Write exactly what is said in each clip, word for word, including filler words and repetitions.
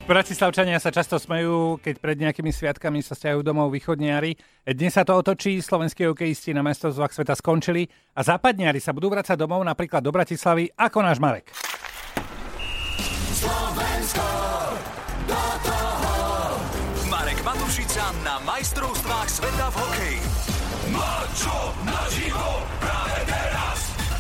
Bratislavčania sa často smejú, keď pred nejakými sviatkami sa sťahujú domov východniari. Dnes sa to otočí, slovenskí hokejisti na majstrovstvách sveta skončili a západniari sa budú vracať domov napríklad do Bratislavy ako náš Marek. Slovensko, do toho. Marek Matušica na majstrovstvách sveta v hokeji. Mačo naživo práve teraz.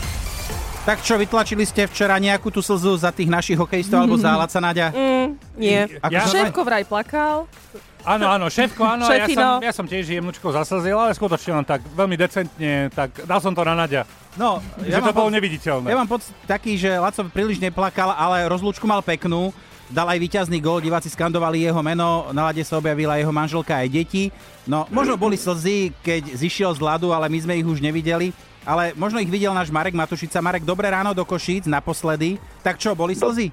Tak čo, vytlačili ste včera nejakú tú slzu za tých našich hokejistov, alebo za Laca Naďa? Mm, nie. Ja- Šéfko vraj plakal. Áno, áno, šéfko, áno, ja Šéfino. som, ja som tiež jemnučko zaslzil, ale skutočne len tak veľmi decentne, tak dal som to na Naďa. No, Že to bolo neviditeľné. Ja mám pocit taký, že Laco príliš neplakal, ale rozlúčku mal peknú. Dal aj víťazný gól, diváci skandovali jeho meno, na ľade sa objavila jeho manželka aj deti. No, možno boli slzy, keď zišiel z ľadu, ale my sme ich už nevideli. Ale možno ich videl náš Marek Matušica. Marek, dobré ráno do Košíc, naposledy. Tak čo, boli slzy?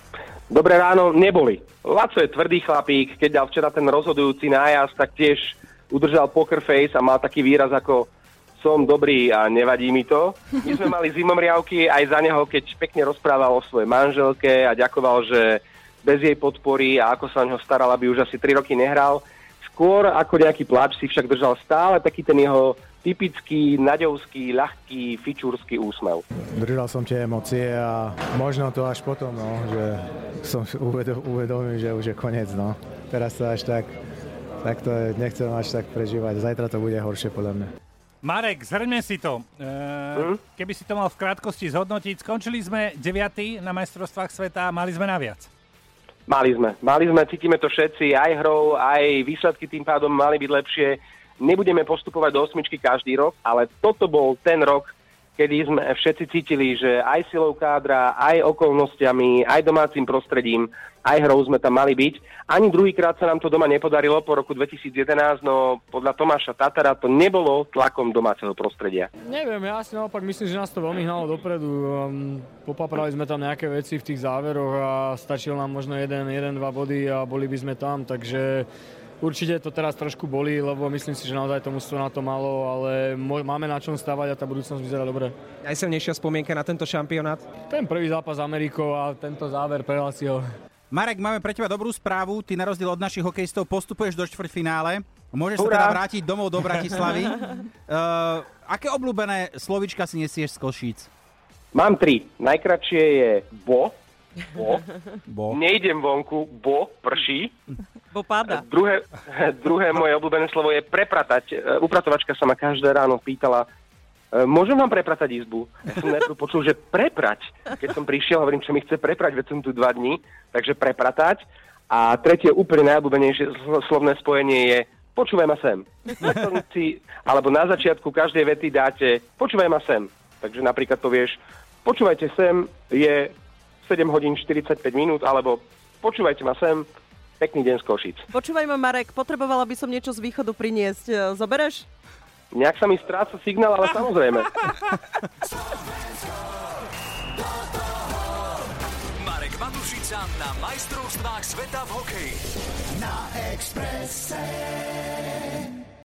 Dobré ráno, neboli. Laco je tvrdý chlapík, keď dal včera ten rozhodujúci nájazd, tak tiež udržal poker face a mal taký výraz ako som dobrý a nevadí mi to. My sme mali zimomriavky aj za neho, keď pekne rozprával o svojej manželke a ďakoval, že bez jej podpory a ako sa o neho staral, aby už asi tri roky nehral. Skôr ako nejaký pláč si však držal stále taký ten jeho typický, naďovský, ľahký, fičúrsky úsmev. Držal som tie emócie a možno to až potom, no, že som uvedom, uvedomil, že už je koniec. No. Teraz to až tak, tak to nechcem až tak prežívať. Zajtra to bude horšie podľa mňa. Marek, zhrňme si to. E, hm? Keby si to mal v krátkosti zhodnotiť, skončili sme deviaty na majstrovstvách sveta a mali sme naviac. Mali sme. Mali sme, cítime to všetci, aj hrou, aj výsledky tým pádom mali byť lepšie. Nebudeme postupovať do osmičky každý rok, ale toto bol ten rok, kedy sme všetci cítili, že aj silou kádra, aj okolnostiami, aj domácim prostredím, aj hrou sme tam mali byť. Ani druhýkrát sa nám to doma nepodarilo po roku dvetisíc jedenásť, no podľa Tomáša Tatara to nebolo tlakom domáceho prostredia. Neviem, ja si naopak myslím, že nás to veľmi hnalo dopredu. Um, popaprali sme tam nejaké veci v tých záveroch a stačil nám možno jeden, jeden, dva body a boli by sme tam, takže určite to teraz trošku bolí, lebo myslím si, že naozaj to mužstvo na to malo, ale máme na čom stavať a tá budúcnosť vyzerá dobre. Najsilnejšia spomienka na tento šampionát? Ten prvý zápas s Amerikou a tento záver pre Lazio. Marek, máme pre teba dobrú správu. Ty na rozdiel od našich hokejistov postupuješ do štvrťfinále. Môžeš Hurá. sa teda vrátiť domov do Bratislavy. uh, aké obľúbené slovíčka si nesieš z Košíc? Mám tri. Najkratšie je bo. Bo. Bo. Nejdem vonku, bo, prší. Bo páda. Druhé, druhé moje obľúbené slovo je prepratať. Upratovačka sa ma každé ráno pýtala, môžem vám prepratať izbu? Ja som najprv počul, že preprať. Keď som prišiel, hovorím, čo mi chce preprať, veď som tu dva dní. Takže prepratať. A tretie úplne najobľúbenejšie slovné spojenie je počúvaj ma sem. Na konci, alebo na začiatku každej vety dáte počúvaj ma sem. Takže napríklad povieš počúvajte sem je sedem hodín štyridsaťpäť minút, alebo počúvajte ma sem, pekný deň z Košíc. Počúvaj ma, Marek, potrebovala by som niečo z východu priniesť. Zobereš? Nejak sa mi stráca signál, ale samozrejme. Marek Matušica na majstrovstvách sveta v hokeji. Na Expresse.